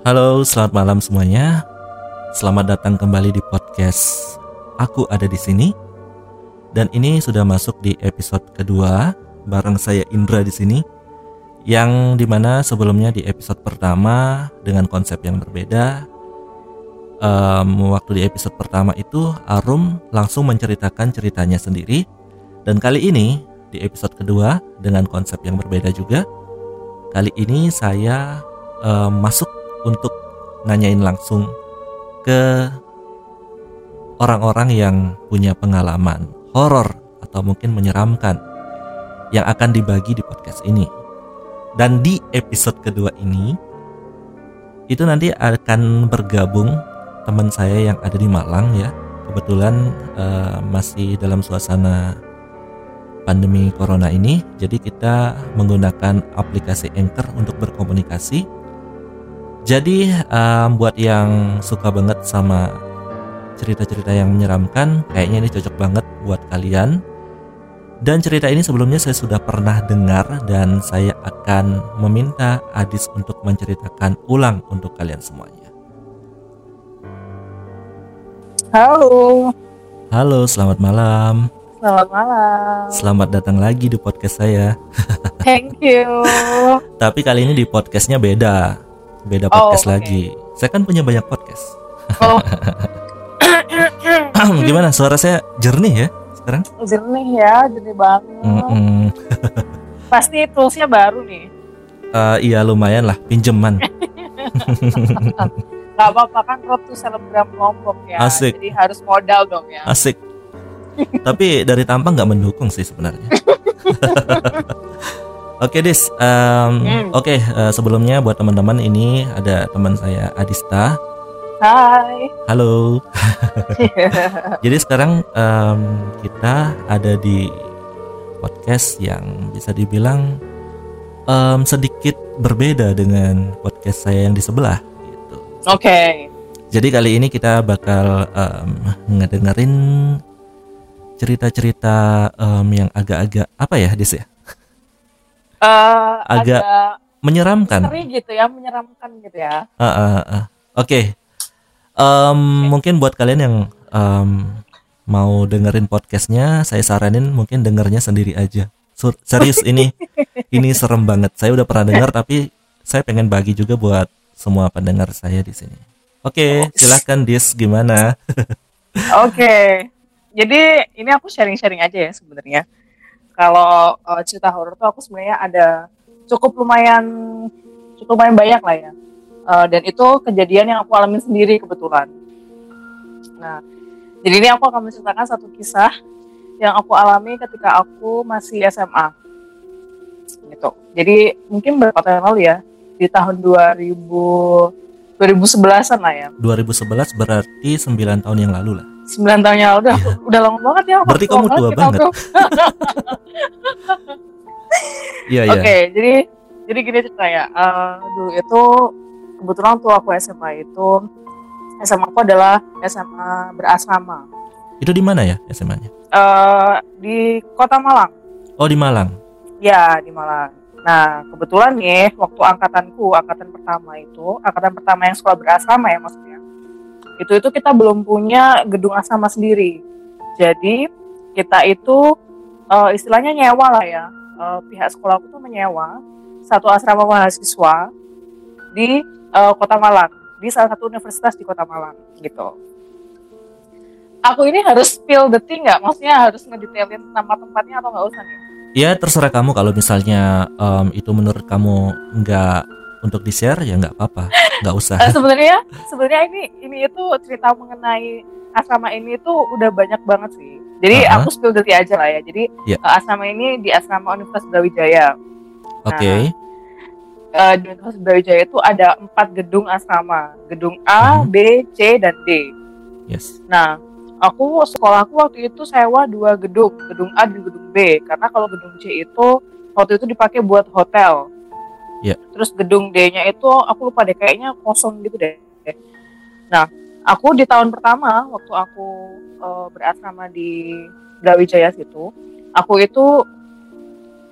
Halo, selamat malam semuanya. Selamat datang kembali di podcast Aku Ada di Sini. Dan ini sudah masuk di episode kedua bareng saya Indra di sini. Yang dimana sebelumnya di episode pertama dengan konsep yang berbeda. Waktu di episode pertama itu Arum langsung menceritakan ceritanya sendiri. Dan kali ini di episode kedua dengan konsep yang berbeda juga. Kali ini saya masuk untuk nanyain langsung ke orang-orang yang punya pengalaman horor atau mungkin menyeramkan yang akan dibagi di podcast ini. Dan di episode kedua ini itu nanti akan bergabung teman saya yang ada di Malang ya. Kebetulan masih dalam suasana pandemi corona ini, jadi kita menggunakan aplikasi Anchor untuk berkomunikasi. Jadi buat yang suka banget sama cerita-cerita yang menyeramkan, kayaknya ini cocok banget buat kalian. Dan cerita ini sebelumnya saya sudah pernah dengar dan saya akan meminta Adis untuk menceritakan ulang untuk kalian semuanya. Halo. Halo, selamat malam. Selamat malam. Selamat datang lagi di podcast saya. Thank you. Tapi kali ini di podcastnya beda podcast lagi. Saya kan punya banyak podcast. Oh. Gimana suara saya jernih ya sekarang? Jernih ya, jernih banget. Pasti toolsnya baru nih. Iya lumayan lah, pinjeman. Gak apa-apa kan Road to Selebgram Lombok ya. Asik. Jadi harus modal dong ya. Asik. Tapi dari tampang gak mendukung sih sebenarnya. Oke Dis, sebelumnya buat teman-teman ini ada teman saya Adista. Hai. Halo. Jadi sekarang kita ada di podcast yang bisa dibilang sedikit berbeda dengan podcast saya yang di sebelah gitu. Oke. Jadi kali ini kita bakal ngedengerin cerita-cerita yang agak-agak apa ya Dis ya? Agak menyeramkan. Menyeramkan gitu ya. Oke. Mungkin buat kalian yang mau dengerin podcastnya, saya saranin mungkin dengernya sendiri aja. Serius ini serem banget. Saya udah pernah dengar tapi saya pengen bagi juga buat semua pendengar saya di sini. Oke, silahkan Dis, gimana? Oke. Jadi ini aku sharing-sharing aja ya sebenarnya. Kalau cerita horor tuh aku sebenarnya ada cukup lumayan banyak lah ya. Dan itu kejadian yang aku alami sendiri kebetulan. Nah, jadi ini aku akan menceritakan satu kisah yang aku alami ketika aku masih SMA. Gitu. Jadi mungkin beberapa tahun lalu ya, di tahun 2011-an lah ya. 2011 berarti 9 tahun yang lalu lah. 9 tahun yang lalu udah lama banget ya. Berarti kamu tua banget. Iya. Oke, jadi gini ceritanya. Dulu itu kebetulan tuh aku SMA aku adalah SMA berasrama. Itu di mana ya SMA-nya? Di Kota Malang. Oh, di Malang. Ya, di Malang. Nah, kebetulan nih waktu angkatan pertama yang sekolah berasrama ya maksudnya. Itu kita belum punya gedung asrama sendiri. Jadi kita itu istilahnya nyewa lah ya. Pihak sekolah aku tuh menyewa satu asrama mahasiswa di Kota Malang, di salah satu universitas di Kota Malang gitu. Aku ini harus spill the tea nggak? Maksudnya harus ngedetailin nama tempatnya atau nggak usah nih? Ya terserah kamu, kalau misalnya itu menurut kamu nggak untuk di-share ya nggak apa-apa, nggak usah. Sebenarnya ini itu cerita mengenai asrama ini tuh udah banyak banget sih. Jadi aku spill the tea aja lah ya. Jadi asrama ini di asrama Universitas Brawijaya. Oke. Di Universitas Brawijaya itu ada 4 gedung asrama, gedung A, B, C, dan D. Yes. Nah, sekolahku waktu itu sewa 2 gedung A dan gedung B, karena kalau gedung C itu waktu itu dipakai buat hotel. Yeah. Terus gedung D-nya itu aku lupa deh, kayaknya kosong gitu deh. Nah, aku di tahun pertama waktu aku berasrama di Brawijaya situ, aku itu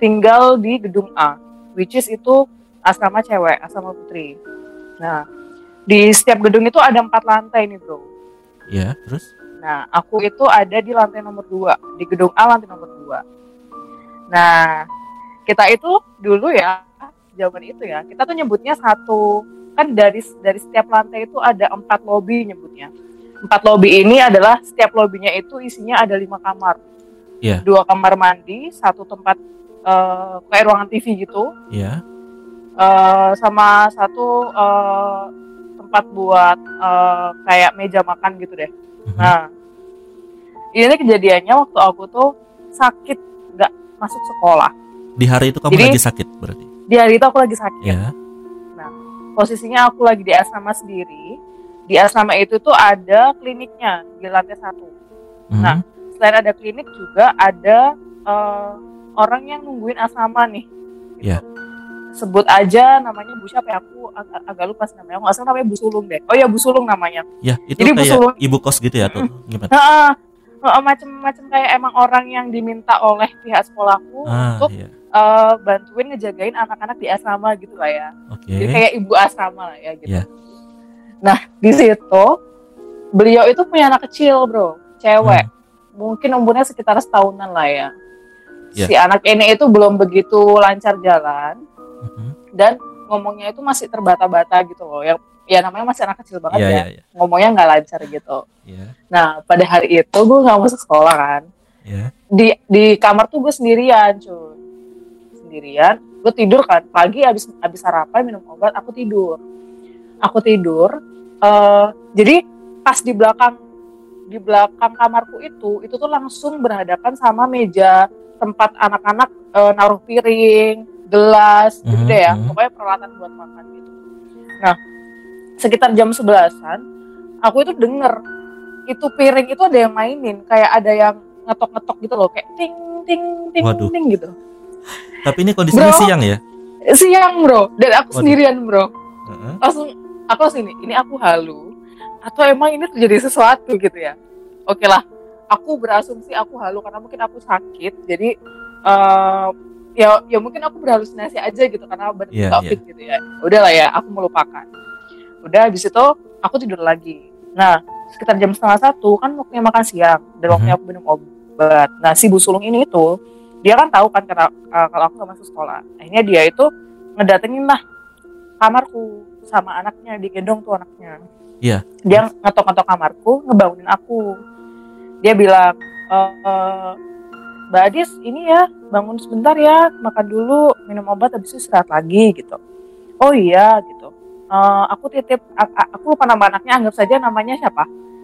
tinggal di gedung A, which is itu asrama cewek, asrama putri. Nah, Di setiap gedung itu ada 4 lantai nih bro. Ya, terus? Nah, aku itu ada di lantai nomor 2, di gedung A lantai nomor 2. Nah, kita itu dulu ya, zaman itu ya, kita tuh nyebutnya satu, kan dari setiap lantai itu ada 4 lobi nyebutnya. 4 lobi ini adalah setiap lobinya itu isinya ada 5 kamar. Iya. 2 kamar mandi, 1 tempat kayak ruangan TV gitu. Iya. Sama 1 tempat buat kayak meja makan gitu deh. Nah, ini kejadiannya waktu aku tuh sakit, nggak masuk sekolah. Di hari itu kamu lagi sakit berarti? Di hari itu aku lagi sakit. Ya. Nah, posisinya aku lagi di asrama sendiri. Di asrama itu tuh ada kliniknya di lantai 1. Nah, selain ada klinik juga ada orang yang nungguin asrama nih. Gitu. Ya. Sebut aja namanya Bu siapa ya, aku agak lupa sih namanya. Aku nggak salah namanya Bu Sulung deh. Oh ya, Bu Sulung namanya. Ya, itu jadi kayak Bu Sulung, ibu kos gitu ya tuh. Gimana? Macam-macam kayak emang orang yang diminta oleh pihak sekolahku untuk bantuin ngejagain anak-anak di asrama gitu lah ya. Okay. Jadi kayak ibu asrama lah ya gitu. Yeah. Nah, di situ beliau itu punya anak kecil, bro, cewek. Mungkin umurnya sekitar setahunan lah ya. Yeah. Si anak ini itu belum begitu lancar jalan. Dan ngomongnya itu masih terbata-bata gitu loh. Ya namanya masih anak kecil banget ya. Ngomongnya nggak lancar gitu. Nah, pada hari itu gue nggak masuk sekolah kan. Di kamar tuh gue sendirian, cuy. Sendirian. Gue tidur kan. Pagi abis sarapan minum obat, aku tidur. Jadi pas di belakang kamarku itu tuh langsung berhadapan sama meja tempat anak-anak naruh piring, gelas, gitu deh ya. Pokoknya peralatan buat makan gitu. Nah, sekitar jam 11-an, aku itu denger itu piring itu ada yang mainin, kayak ada yang ngetok-ngetok gitu loh, kayak ting ting ting. Waduh. Ting gitu. Tapi ini kondisinya bro, siang ya? Siang bro, dan aku sendirian bro. Aku langsung ini aku halu atau emang ini terjadi sesuatu gitu ya? Oke lah, aku berasumsi aku halu karena mungkin aku sakit, jadi ya mungkin aku berhalusinasi aja gitu karena topik gitu ya. Udahlah ya, aku melupakan. Udah habis itu aku tidur lagi. Nah, sekitar jam 12:30 kan waktunya makan siang dan waktunya aku minum obat. Nah, si Bu Sulung ini itu dia kan tahu kan karena kalau aku gak masuk sekolah. Akhirnya dia itu ngedatengin lah kamarku sama anaknya, digendong tuh anaknya. Iya. Dia ngetok-ngetok kamarku, ngebangunin aku. Dia bilang, Mbak Adis, ini ya, bangun sebentar ya, makan dulu, minum obat, habis itu istirahat lagi gitu. Oh iya gitu. Aku titip, aku lupa nama anaknya, anggap saja namanya siapa?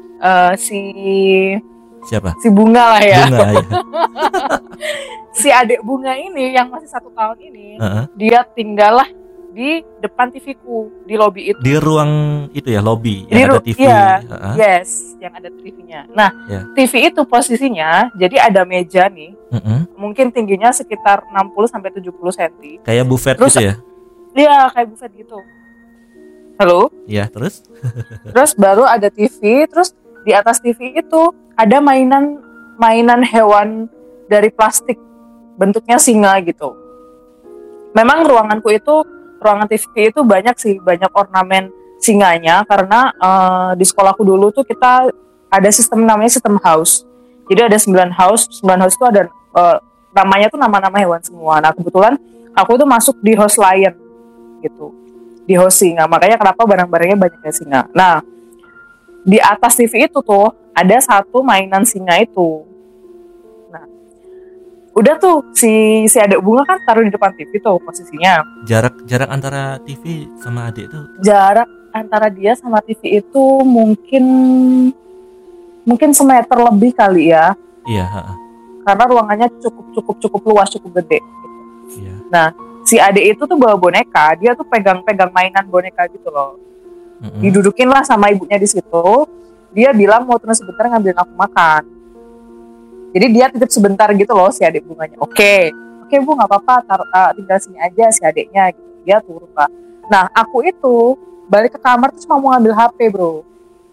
Siapa? Si Bunga lah ya. Bunga, ya. Si adik Bunga ini yang masih 1 tahun ini, dia tinggal lah di depan TV-ku, di lobi itu. Di ruang itu ya, lobi yang ada TV. Iya, yes, yang ada TV-nya. Nah, TV itu posisinya, jadi ada meja nih, mungkin tingginya sekitar 60-70 cm. Kayak buffet terus, gitu ya? Iya, kayak buffet gitu. Halo? Iya, terus? Terus baru ada TV, terus di atas TV itu ada mainan hewan dari plastik, bentuknya singa gitu. Memang ruangan TV itu banyak ornamen singanya karena di sekolahku dulu tuh kita ada sistem namanya sistem house. Jadi ada 9 house itu ada namanya tuh nama-nama hewan semua. Nah, kebetulan aku tuh masuk di house lion gitu. Di house singa. Makanya kenapa barang-barangnya banyaknya singa. Nah, di atas TV itu tuh ada 1 mainan singa itu. Nah, udah tuh si adik Bunga kan taruh di depan TV tuh posisinya. Jarak antara TV sama adik itu? Jarak antara dia sama TV itu mungkin semeter lebih kali ya. Iya. Karena ruangannya cukup luas, cukup gede. Gitu. Iya. Nah, si adik itu tuh bawa boneka, dia tuh pegang mainan boneka gitu loh. Didudukin lah sama ibunya di situ. Dia bilang mau tunggu sebentar ngambilin aku makan. Jadi dia titip sebentar gitu loh si adik Bunganya. Oke Bu, nggak apa-apa, tinggal sini aja si adiknya. Gitu. Dia turun lah. Nah, aku itu balik ke kamar terus mau ngambil HP bro.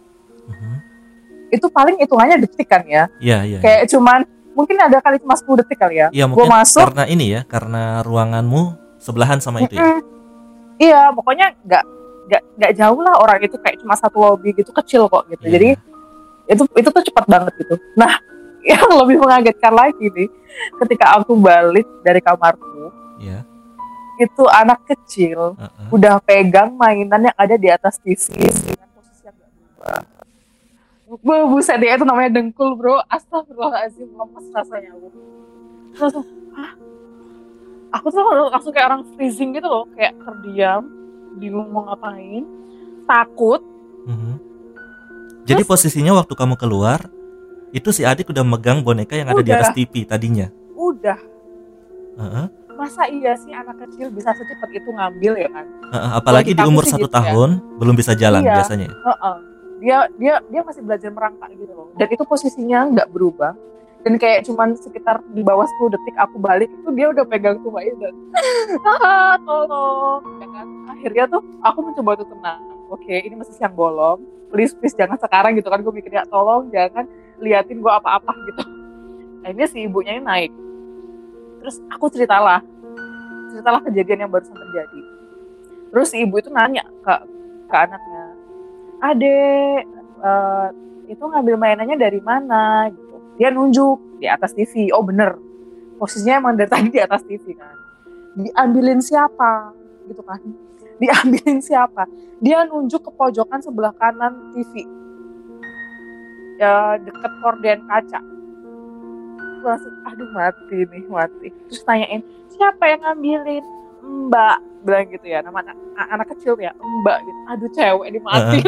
Itu paling hitungannya detik kan ya. Iya. Kayak cuman mungkin ada kali cuma 10 detik kali ya. Iya, mungkin masuk, karena ini ya, karena ruanganmu sebelahan sama itu ya. Iya, pokoknya nggak jauh lah orang itu, kayak cuma satu lobby gitu, kecil kok gitu. Iya. Jadi itu tuh cepat banget gitu. Nah, yang lebih mengagetkan lagi nih, ketika aku balik dari kamarku, Iya. itu anak kecil udah pegang mainan yang ada di atas TV dengan posisi yang gak berubah. Buset deh, itu namanya dengkul bro. Astagfirullahaladzim, lemes rasanya aku. Langsung, hah? Aku tuh langsung kayak orang freezing gitu loh, kayak terdiam, bingung mau ngapain, takut. Jadi posisinya waktu kamu keluar, itu si adik udah megang boneka yang ada di atas TV tadinya? Udah. Masa iya sih anak kecil bisa secepat itu ngambil ya kan? Apalagi di umur 1 tahun ya, belum bisa jalan biasanya. Dia masih belajar merangkak gitu loh. Dan itu posisinya nggak berubah. Dan kayak cuman sekitar di bawah 10 detik aku balik, itu dia udah pegang tuh mainan. Tolong. Ya kan? Akhirnya tuh aku mencoba tuh tenang. Oke, ini masih siang bolong. Please jangan sekarang gitu kan. Gue mikirnya tolong jangan liatin gue apa-apa gitu. Akhirnya si ibunya ini naik. Terus aku ceritalah kejadian yang barusan terjadi. Terus si ibu itu nanya ke anaknya, "Adek, itu ngambil mainannya dari mana?" Gitu. Dia nunjuk di atas TV. Oh bener, posisinya emang dari tadi di atas TV kan. Diambilin siapa? Gitu kan. Diambilin siapa? Dia nunjuk ke pojokan sebelah kanan TV. Ya, deket korden kaca. Langsung, aduh mati. Terus tanyain, siapa yang ngambilin? Mbak, bilang gitu ya, nama anak kecil ya, Mbak gitu. Aduh cewek dimati.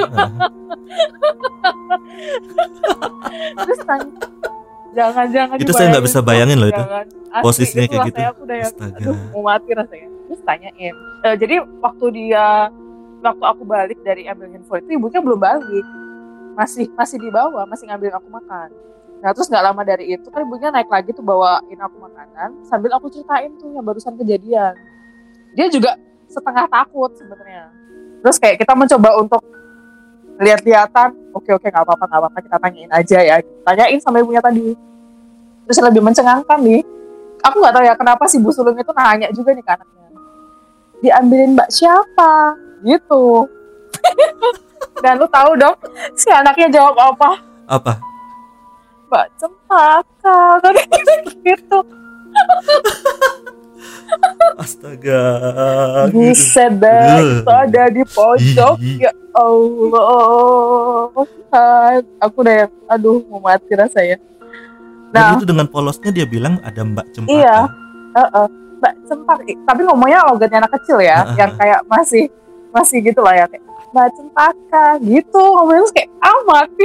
Terus tanya, jangan itu saya nggak bisa bayangin loh itu posisinya kayak gitu. Aku udah aduh mau mati rasanya. Terus tanyain, jadi waktu aku balik dari ambil handphone itu ibunya belum balik, masih di bawah, masih ngambilin aku makan. Nah terus nggak lama dari itu kan ibunya naik lagi tuh bawain aku makanan sambil aku ceritain tuh yang barusan kejadian. Dia juga setengah takut sebenarnya. Terus kayak kita mencoba untuk lihat-lihatan, oke nggak apa-apa kita tanyain aja ya, tanyain sama ibunya tadi. Terus yang lebih mencengangkan nih, aku nggak tahu ya kenapa si Bu Sulung itu nanya juga nih ke anaknya, diambilin Mbak siapa gitu. Dan lu tahu dong si anaknya jawab apa? Mbak Cempaka kan gitu. Astaga. Buset dah, itu ada di pojok. Ya Allah. Aku udah aduh mau mati rasanya. Nah, dan itu dengan polosnya dia bilang ada Mbak Cempaka. Iya. Mbak Cempaka. Tapi ngomongnya logatnya anak kecil ya, yang kayak masih gitu lah ya, kayak Mbak Cempaka gitu. Ngomongnya terus kayak mati.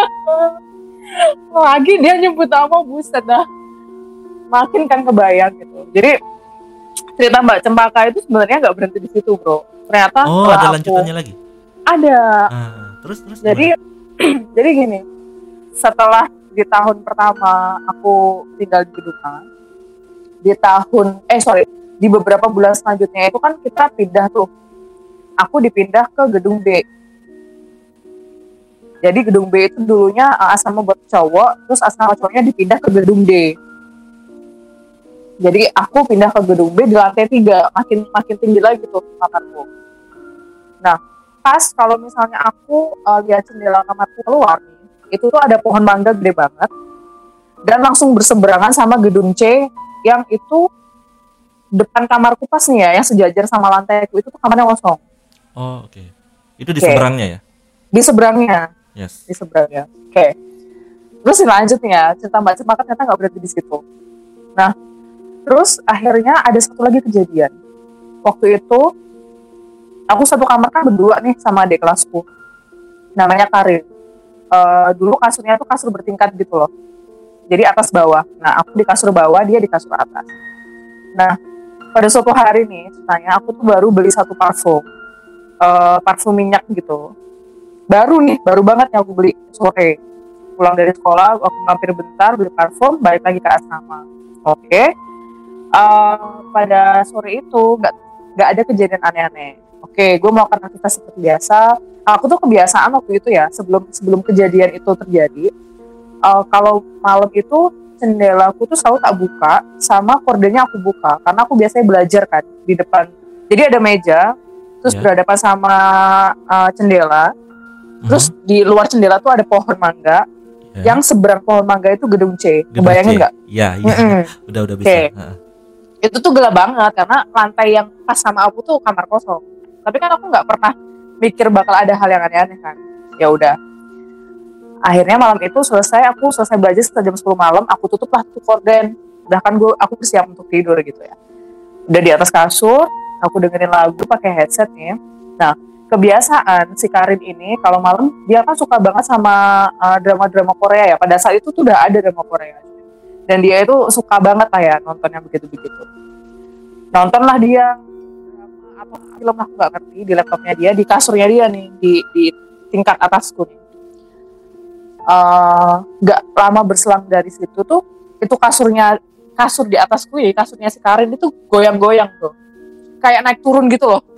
Lagi dia nyebut nama, buset dah. Makin kan kebayang gitu. Jadi cerita Mbak Cempaka itu sebenarnya nggak berhenti di situ bro. Ternyata ada lanjutannya lagi. Ada. Terus jadi gini, setelah di tahun pertama aku tinggal di gedung A, di beberapa bulan selanjutnya itu kan kita pindah tuh. Aku dipindah ke gedung B. Jadi gedung B itu dulunya asrama buat cowok, terus asrama cowoknya dipindah ke gedung D. Jadi aku pindah ke gedung B di lantai 3, makin tinggi lagi tuh kamarku. Nah, pas kalau misalnya aku lihat jendela kamarku keluar, itu tuh ada pohon mangga gede banget dan langsung berseberangan sama gedung C yang itu depan kamarku pas nih ya, yang sejajar sama lantaiku itu tuh kamarnya kosong. Oh, oke. Itu di seberangnya ya? Di seberangnya. Yes. Di seberangnya. Oke. Terus selanjutnya cerita Mbak Cempaka ternyata nggak berhenti di situ. Nah, terus akhirnya ada satu lagi kejadian. Waktu itu aku satu kamar kan berdua nih sama adik kelasku. Namanya Karin. Dulu kasurnya tuh kasur bertingkat gitu loh. Jadi atas bawah. Nah, aku di kasur bawah, dia di kasur atas. Nah, pada suatu hari nih ceritanya aku tuh baru beli satu parfum. Parfum minyak gitu. Baru banget yang aku beli sore. Pulang dari sekolah, aku mampir bentar beli parfum, balik lagi ke asrama. Oke. Pada sore itu nggak ada kejadian aneh-aneh. Oke, gue melakukan aktivitas seperti biasa. Aku tuh kebiasaan waktu itu ya, sebelum kejadian itu terjadi, kalau malam itu jendelaku tuh selalu tak buka, sama kordennya aku buka, karena aku biasanya belajar kan di depan. Jadi ada meja, terus Ya. berhadapan sama jendela. Terus di luar jendela tuh ada pohon mangga. Ya. Yang seberang pohon mangga itu gedung C. Gedung Kebayangin C. nggak? Iya, iya. Udah bisa. Oke. Itu tuh gelap banget karena lantai yang pas sama aku tuh kamar kosong. Tapi kan aku nggak pernah mikir bakal ada hal yang aneh-aneh kan. Ya udah. Akhirnya malam itu aku selesai belajar sekitar jam 10 malam, aku tutuplah tuh korden. Udah kan aku bersiap untuk tidur gitu ya. Udah di atas kasur, aku dengerin lagu pakai headset nih. Nah, kebiasaan si Karin ini kalau malam dia kan suka banget sama drama-drama Korea ya. Pada saat itu tuh udah ada drama Korea. Dan dia itu suka banget lah ya nonton yang begitu-begitu. Nontonlah dia apa film aku nggak ngerti di laptopnya dia, di kasurnya dia nih, di tingkat atasku nih. Nggak lama berselang dari situ tuh itu kasur di atasku ya, kasurnya si Karin itu goyang-goyang tuh, kayak naik turun gitu loh.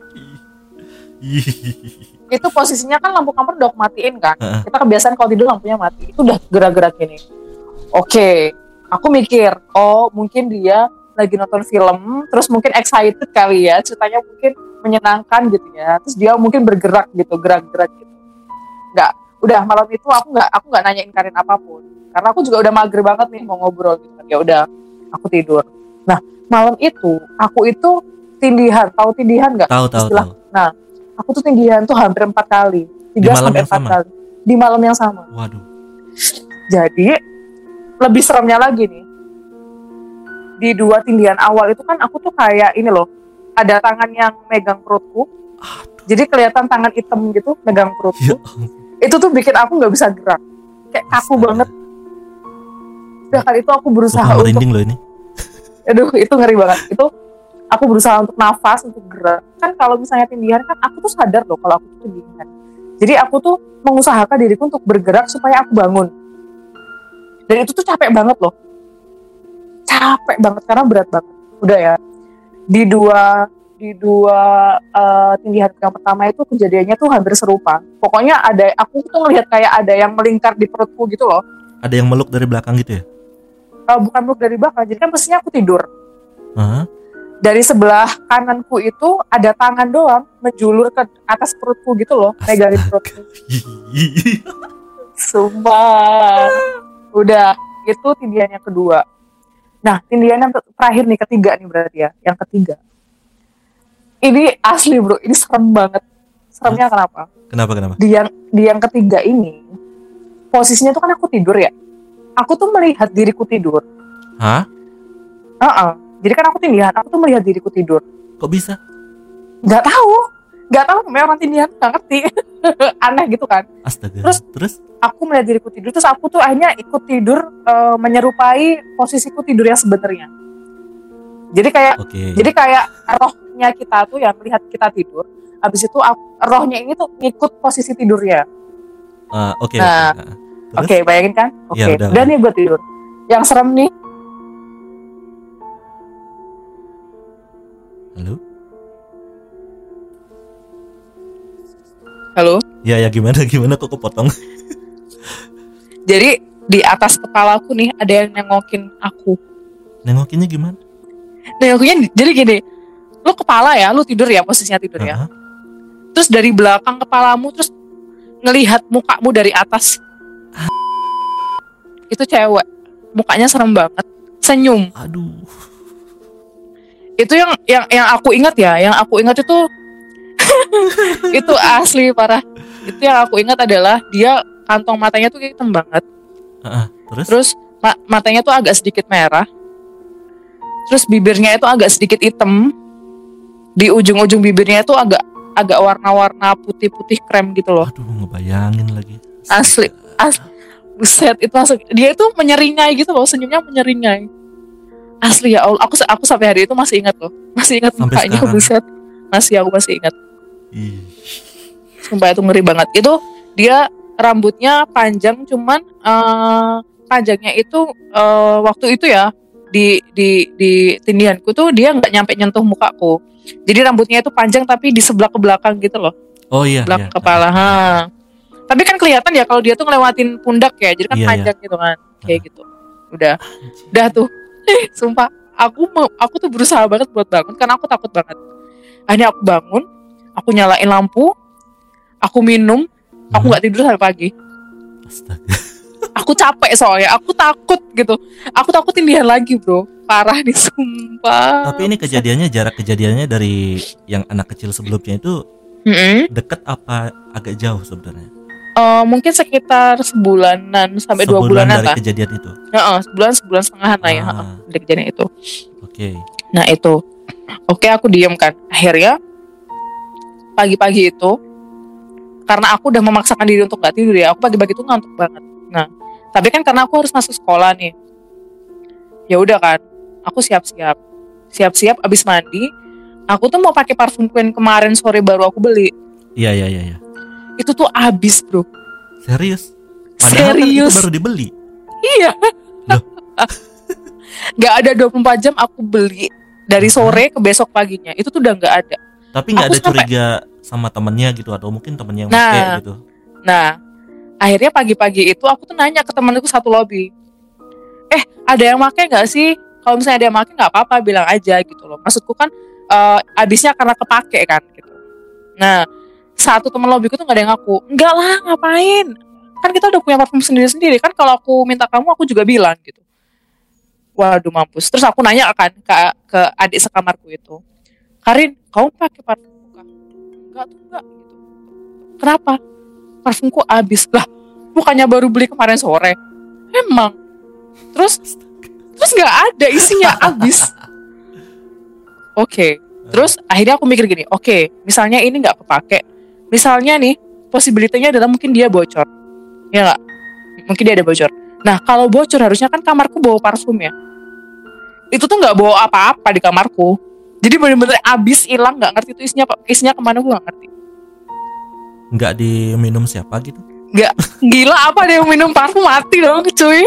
Itu posisinya kan lampu kamar udah aku matiin kan. Kita kebiasaan kalau tidur lampunya mati, itu udah gerak-gerak gini. Oke, aku mikir, oh mungkin dia lagi nonton film, terus mungkin excited kali ya, ceritanya mungkin menyenangkan gitu ya, terus dia mungkin bergerak gitu, gerak-gerak gitu. Nggak, udah malam itu aku nggak nanyain Karin apapun, karena aku juga udah mager banget nih mau ngobrol gitu. Ya udah, aku tidur. Nah malam itu aku itu tindihan, tahu tindihan nggak? Tahu. Nah aku tuh tindihan tuh hampir 4 kali, 3-4 kali di malam yang sama. Waduh. Jadi lebih seremnya lagi nih, di 2 tindihan awal itu kan aku tuh kayak ini loh, ada tangan yang megang perutku. Jadi kelihatan tangan hitam gitu megang perutku. Itu tuh bikin aku nggak bisa gerak, kayak kaku banget. Udah kali itu aku berusaha untuk loh ini. Aduh itu ngeri banget. Itu aku berusaha untuk nafas, untuk gerak. Kan kalau misalnya tindihan kan aku tuh sadar loh kalau aku tuh tindihan. Jadi aku tuh mengusahakan diriku untuk bergerak supaya aku bangun. Dan itu tuh capek banget loh. Capek banget karena berat banget. Udah ya. Di dua tindihan yang pertama itu kejadiannya tuh hampir serupa. Pokoknya aku tuh ngelihat kayak ada yang melingkar di perutku gitu loh. Ada yang meluk dari belakang gitu ya? Bukan meluk dari belakang. Jadi kan pastinya aku tidur. Dari sebelah kananku itu ada tangan doang menjulur ke atas perutku gitu loh, megangin perutku. Sumpah. Udah, itu tindihan yang kedua. Nah, tindihan yang terakhir nih, ketiga nih berarti ya, yang ketiga. Ini asli bro, ini serem banget. Seremnya kenapa? Kenapa? Di yang ketiga ini, posisinya tuh kan aku tidur ya. Aku tuh melihat diriku tidur. Hah? Jadi kan aku tindihan, aku tuh melihat diriku tidur. Kok bisa? Gak tahu, namanya orang tindihan gak ngerti. Aneh gitu kan. Astaga. Terus? Aku melihat diriku tidur, terus aku tuh akhirnya ikut tidur menyerupai posisiku tidur yang sebenarnya. Jadi kayak rohnya kita tuh yang melihat kita tidur. Habis itu rohnya ini tuh ngikut posisi tidurnya. Oke. Oke, bayangin kan? Oke. Ya, Dan nih gue tidur. Yang serem nih. Halo? Ya gimana kok kepotong? Jadi di atas kepalaku nih ada yang nengokin aku. Nengokinnya gimana? Nengokinnya jadi gini, lu kepala ya, lu tidur ya, posisinya tidur ya. Terus dari belakang kepalamu terus ngelihat mukamu dari atas. Itu cewek, mukanya serem banget, senyum. Aduh. Itu yang aku ingat ya, yang aku ingat itu itu asli parah. Itu yang aku ingat adalah dia kantong matanya tuh hitam banget. Terus matanya tuh agak sedikit merah. Terus bibirnya itu agak sedikit hitam. Di ujung-ujung bibirnya itu agak warna-warna putih-putih krem gitu loh. Aduh, ngebayangin lagi. Asli. Buset, itu langsung dia itu menyeringai gitu loh, senyumnya menyeringai. Asli ya Allah, aku sampai hari itu masih ingat loh. Masih ingat mukanya, buset. Aku masih ingat. Sumpah itu ngeri banget. Itu dia rambutnya panjang, cuman panjangnya itu waktu itu ya di tindihanku tuh dia nggak nyampe nyentuh mukaku. Jadi rambutnya itu panjang tapi di sebelah ke belakang gitu loh. Oh iya. Belakang kepala. Tapi kan kelihatan ya kalau dia tuh ngelewatin pundak ya. Jadi kan panjang gitu kan. Kayak gitu. Udah tuh. Sumpah aku tuh berusaha banget buat bangun karena aku takut banget. Akhirnya aku bangun, Aku nyalain lampu, aku minum, aku nggak tidur sampai pagi. Astaga. Aku capek soalnya, aku takut gitu. Aku takut tindihan lagi bro, parah nih sumpah. Tapi ini jarak kejadiannya dari yang anak kecil sebelumnya itu deket apa agak jauh sebenarnya? Mungkin sekitar sebulanan sampai 2 bulanan dari lah. kejadian itu. Sebulan setengahan lah ya dari kejadian itu. Oke. Nah itu, oke aku diem kan. Akhirnya pagi-pagi itu, karena aku udah memaksakan diri untuk gak tidur ya, aku pagi-pagi itu ngantuk banget. Nah, tapi kan karena aku harus masuk sekolah nih, ya udah kan, aku siap-siap abis mandi, aku tuh mau pakai parfumku yang kemarin sore baru aku beli. Iya. Itu tuh habis bro. Serius? Padahal kan itu baru dibeli. Iya. Loh. Gak ada 24 jam aku beli dari sore ke besok paginya. Itu tuh udah gak ada. Tapi gak ada curiga sama temennya gitu, atau mungkin temennya yang pakai gitu. Nah, akhirnya pagi-pagi itu aku tuh nanya ke temanku satu lobby. Ada yang pakai gak sih? Kalau misalnya ada yang pakai gak apa-apa, bilang aja gitu loh. Maksudku kan habisnya karena kepake kan gitu. Nah, satu teman lobbyku tuh gak ada yang ngaku. Enggak lah, ngapain? Kan kita udah punya parfum sendiri-sendiri. Kan kalau aku minta kamu, aku juga bilang gitu. Waduh mampus. Terus aku nanya kan ke adik sekamarku itu, Karin, kamu pakai parfum kah? Enggak gitu. Kenapa? Parfumku habis. Lah, bukannya baru beli kemarin sore? Emang. Terus nggak ada, isinya habis. Oke. Terus akhirnya aku mikir gini, oke, misalnya ini nggak kepake. Misalnya nih, possibility-nya adalah mungkin dia bocor. Ya nggak? Mungkin dia ada bocor. Nah, kalau bocor harusnya kan kamarku bawa parfum ya. Itu tuh nggak bawa apa-apa di kamarku. Jadi bener-bener abis, hilang, nggak ngerti itu isinya kemana, gue nggak ngerti. Nggak diminum siapa gitu? Nggak, gila apa dia yang minum parfum, mati dong cuy.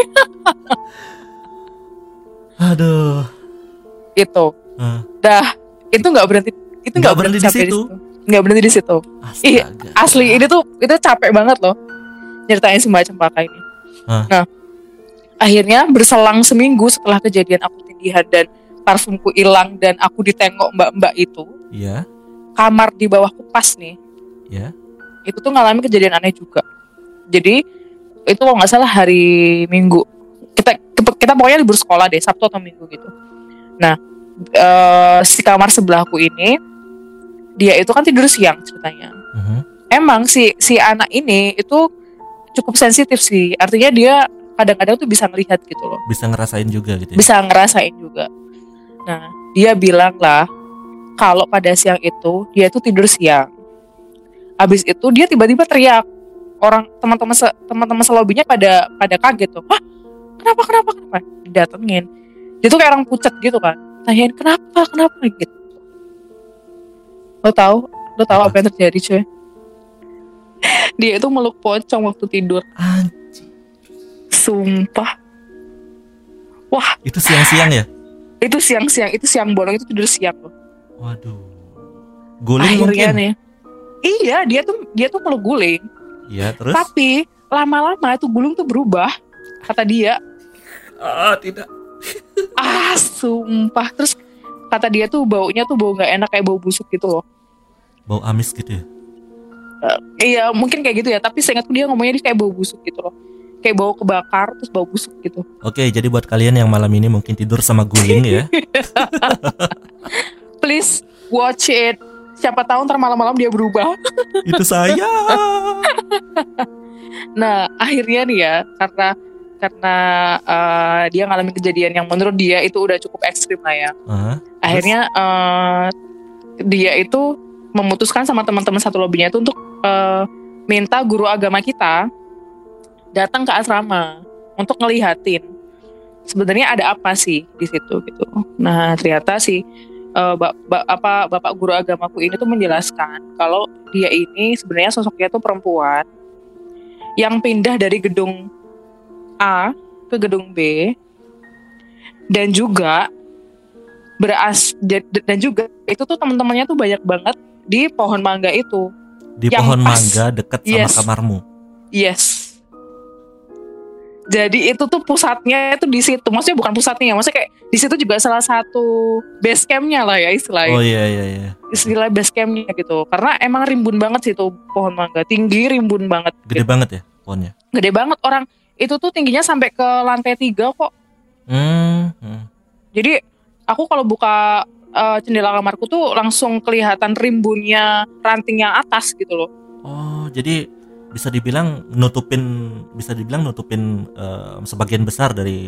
Aduh. Itu. Dah, itu nggak berhenti. Itu nggak berhenti di situ. Nggak berhenti di situ. Asli ini tuh itu capek banget loh nyeritain si Mbak Cempaka ini. Nah, akhirnya berselang seminggu setelah kejadian aku tindihan dan parfumku hilang dan aku ditengok mbak-mbak itu. Iya. Kamar di bawahku pas nih. Iya. Itu tuh ngalamin kejadian aneh juga. Jadi itu kalau nggak salah hari Minggu. Kita pokoknya libur sekolah deh, Sabtu atau Minggu gitu. Nah, si kamar sebelahku ini, dia itu kan tidur siang ceritanya. Emang si anak ini itu cukup sensitif sih. Artinya dia kadang-kadang tuh bisa ngelihat gitu loh. Bisa ngerasain juga gitu ya? Bisa ngerasain juga. Nah, dia bilang lah kalau pada siang itu dia tuh tidur siang. Abis itu dia tiba-tiba teriak. Orang teman-teman selobinya pada kaget tuh. Hah? Kenapa? Didatengin. Dia tuh kayak orang pucat gitu kan. Tanyain kenapa gitu. Lo tahu apa yang terjadi cuy? Dia itu meluk pocong waktu tidur. Anjir. Sumpah. Wah. Itu siang-siang ya? Itu siang-siang. Itu siang bolong, itu tidur siang loh. Waduh. Guling mungkin? Nih. Iya, dia tuh meluk guling. Iya, terus? Tapi lama-lama itu guling tuh berubah. Kata dia. Tidak. Sumpah. Terus kata dia tuh baunya tuh bau gak enak, kayak bau busuk gitu loh. Bau amis gitu ya? Iya mungkin kayak gitu ya. Tapi seingatku dia ngomongnya dia kayak bau busuk gitu loh. Kayak bau kebakar terus bau busuk gitu. Oke, jadi buat kalian yang malam ini mungkin tidur sama guling ya, please watch it. Siapa tahu ntar malam-malam dia berubah. Itu saya. Nah akhirnya nih ya, karena dia ngalamin kejadian yang menurut dia itu udah cukup ekstrim lah ya. Akhirnya dia itu memutuskan sama teman-teman satu lobbynya itu untuk minta guru agama kita datang ke asrama untuk ngelihatin sebenarnya ada apa sih di situ gitu. Nah ternyata sih bapak guru agamaku ini tuh menjelaskan kalau dia ini sebenarnya sosoknya tuh perempuan yang pindah dari gedung A ke gedung B dan juga itu tuh teman-temannya tuh banyak banget di pohon mangga itu. Di pohon mangga dekat sama kamarmu. Yes. Jadi itu tuh pusatnya itu di situ. Maksudnya bukan pusatnya ya, maksudnya kayak di situ juga salah satu base campnya lah ya istilahnya. Oh iya. Istilah base campnya gitu. Karena emang rimbun banget sih tuh pohon mangga, tinggi rimbun banget. Gede gitu. banget ya pohonnya. Gede banget, orang itu tuh tingginya sampai ke lantai 3 kok. Jadi aku kalau buka jendela kamarku tuh langsung kelihatan rimbunnya ranting yang atas gitu loh. Oh, jadi bisa dibilang nutupin sebagian besar dari.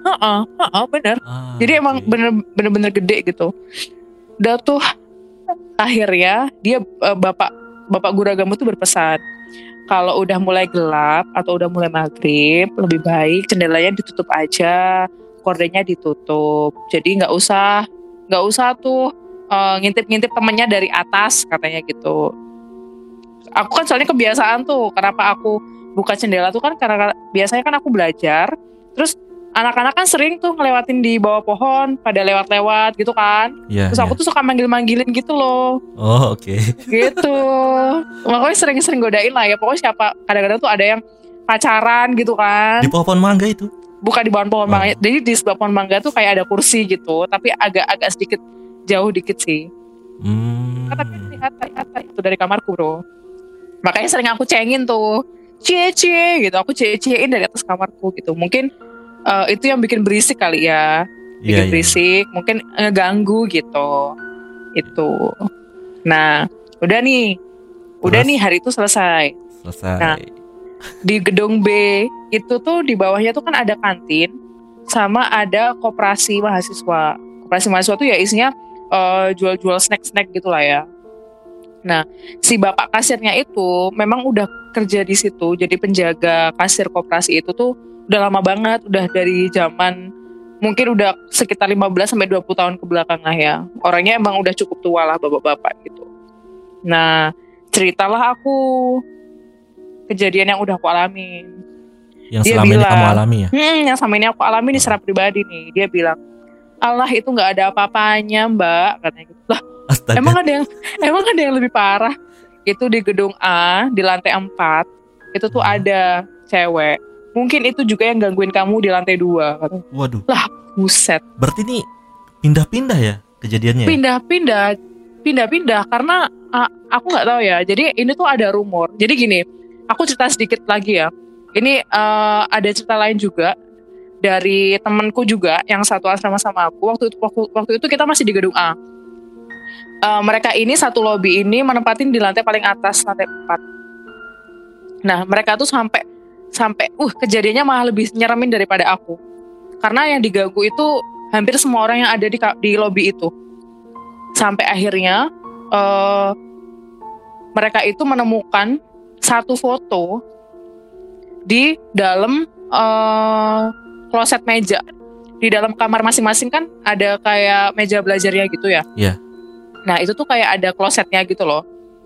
Bener. Jadi emang okay. bener-bener gede gitu. Udah tuh akhirnya dia bapak guru agama tuh berpesan, kalau udah mulai gelap atau udah mulai maghrib lebih baik jendelanya ditutup aja, kordennya ditutup. Jadi nggak usah tuh ngintip-ngintip temennya dari atas katanya gitu. Aku kan soalnya kebiasaan tuh, kenapa aku buka jendela tuh kan karena biasanya kan aku belajar, terus anak-anak kan sering tuh ngelewatin di bawah pohon, pada lewat-lewat gitu kan. Terus aku tuh suka manggil-manggilin gitu loh. Oh oke. Gitu. Makanya sering-sering godain lah ya. Pokoknya siapa, kadang-kadang tuh ada yang pacaran gitu kan. Di pohon mangga itu? Bukan di bawah pohon mangga. Jadi di sebelah pohon mangga tuh kayak ada kursi gitu, tapi agak sedikit jauh dikit sih. Tapi lihat itu dari kamarku bro. Makanya sering aku cengin tuh, cie gitu. Aku cie-ciein dari atas kamarku gitu. Mungkin itu yang bikin berisik kali ya. Bikin berisik, mungkin ngeganggu gitu. Itu. Nah, udah nih hari itu selesai. Nah, di gedung B itu tuh di bawahnya tuh kan ada kantin sama ada koperasi mahasiswa. Koperasi mahasiswa tuh ya isinya jual-jual snack-snack gitu lah ya. Nah, si bapak kasirnya itu memang udah kerja di situ, jadi penjaga kasir koperasi itu tuh udah lama banget, udah dari zaman mungkin udah sekitar 15 sampai 20 tahun ke belakang lah ya. Orangnya emang udah cukup tua lah bapak-bapak gitu. Nah, ceritalah aku kejadian yang udah aku alamin. Yang selama ini kamu alami ya? Yang selama ini aku alami nih secara pribadi nih. Dia bilang, Allah itu nggak ada apa-apanya mbak, katanya gitu. Lah, emang ada yang lebih parah. Itu di gedung A di lantai 4 itu tuh ada cewek. Mungkin itu juga yang gangguin kamu di lantai 2 katanya. Waduh. Lah buset. Berarti ini pindah-pindah ya kejadiannya? Pindah-pindah karena aku nggak tahu ya. Jadi ini tuh ada rumor. Jadi gini, aku cerita sedikit lagi ya. Ini ada cerita lain juga dari temanku juga yang satu asrama sama aku. Waktu itu kita masih di gedung A. Mereka ini satu lobby ini menempatin di lantai paling atas, lantai 4. Nah, mereka tuh sampai kejadiannya malah lebih nyeremin daripada aku. Karena yang diganggu itu hampir semua orang yang ada di lobby itu. Sampai akhirnya mereka itu menemukan satu foto di dalam kloset meja. Di dalam kamar masing-masing kan ada kayak meja belajarnya gitu ya. Iya. Nah itu tuh kayak ada klosetnya gitu loh.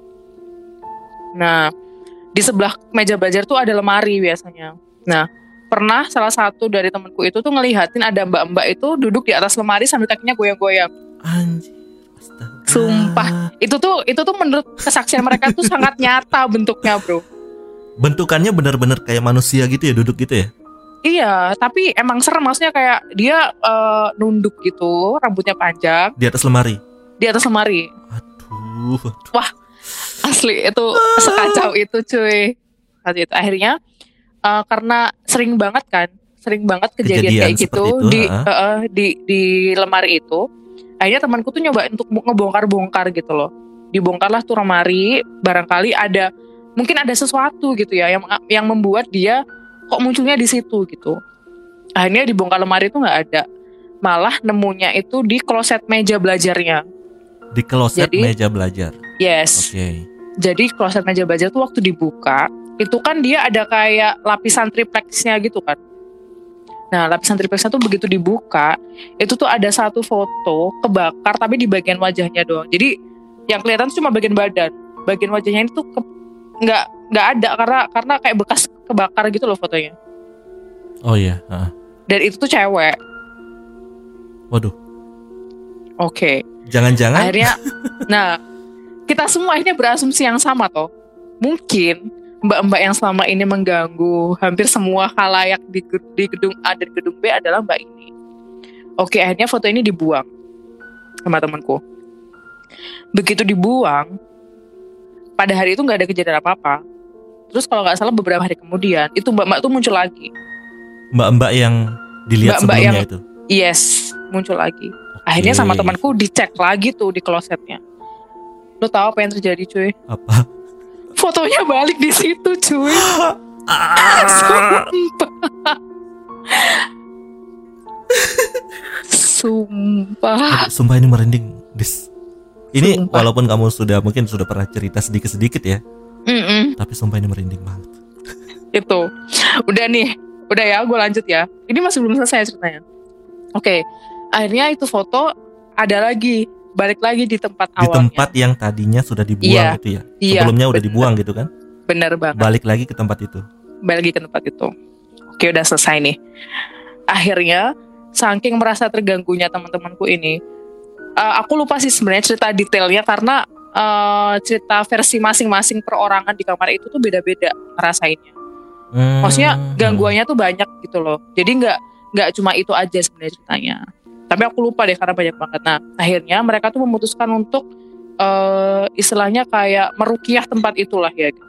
Nah di sebelah meja belajar tuh ada lemari biasanya. Nah pernah salah satu dari temanku itu tuh ngelihatin ada mbak-mbak itu duduk di atas lemari sambil kakinya goyang-goyang. Anjir, astaga. Sumpah itu tuh menurut kesaksian mereka tuh sangat nyata bentuknya bro. Bentukannya benar-benar kayak manusia gitu ya, duduk gitu ya? Iya, tapi emang serem, maksudnya kayak dia nunduk gitu, rambutnya panjang. Di atas lemari? Di atas lemari. Aduh. Wah, asli itu sekacau itu cuy. Saat itu akhirnya karena sering banget kejadian kayak gitu di lemari itu. Akhirnya temanku tuh nyoba untuk ngebongkar-bongkar gitu loh. Dibongkarlah tuh lemari, barangkali mungkin ada sesuatu gitu ya yang membuat dia kok munculnya di situ gitu. Akhirnya dibongkar lemari itu nggak ada, malah nemunya itu di kloset meja belajarnya. Di kloset meja belajar. Yes. Okay. Jadi kloset meja belajar tuh waktu dibuka itu kan dia ada kayak lapisan triplexnya gitu kan. Nah lapisan triplexnya tuh begitu dibuka itu tuh ada satu foto kebakar tapi di bagian wajahnya doang. Jadi yang kelihatan tuh cuma bagian badan, bagian wajahnya itu nggak ada karena kayak bekas kebakar gitu loh fotonya. Oh iya. Dan itu tuh cewek. Waduh. Oke. Jangan-jangan. Akhirnya, nah kita semua akhirnya berasumsi yang sama toh. Mungkin mbak-mbak yang selama ini mengganggu hampir semua khalayak di gedung A dan gedung B adalah mbak ini. Oke, akhirnya foto ini dibuang sama temanku. Begitu dibuang, pada hari itu nggak ada kejadian apa-apa. Terus kalau nggak salah beberapa hari kemudian, itu mbak-mbak tuh muncul lagi. Mbak-mbak yang dilihat Mbak-mbak sebelumnya yang- itu. Yes, muncul lagi. Akhirnya sama temanku dicek lagi tuh di klosetnya. Lo tahu apa yang terjadi, cuy? Apa? Fotonya balik di situ, cuy. Sumpah. Sumpah ini merinding, Dis. Ini Sumpah. walaupun kamu mungkin sudah pernah cerita sedikit-sedikit ya, Mm-mm. tapi sumpah ini merinding banget. Itu. Udah nih. Udah ya, gue lanjut ya. Ini masih belum selesai ceritanya. Oke. Akhirnya itu foto ada lagi, balik lagi di tempat Di awalnya. tempat yang tadinya sudah dibuang Iya. gitu ya. Iya, Sebelumnya udah bener. dibuang gitu kan. Bener banget. Balik lagi ke tempat itu. Balik lagi ke tempat itu. Oke, udah selesai nih. Akhirnya saking merasa terganggunya teman-temanku ini, aku lupa sih sebenarnya cerita detailnya karena cerita versi masing-masing perorangan di kamar itu tuh beda-beda ngerasainnya. Maksudnya gangguannya tuh banyak gitu loh. Jadi nggak cuma itu aja sebenarnya ceritanya. Tapi aku lupa deh karena banyak banget. Nah, akhirnya mereka tuh memutuskan untuk istilahnya kayak meruqyah tempat itulah ya gitu.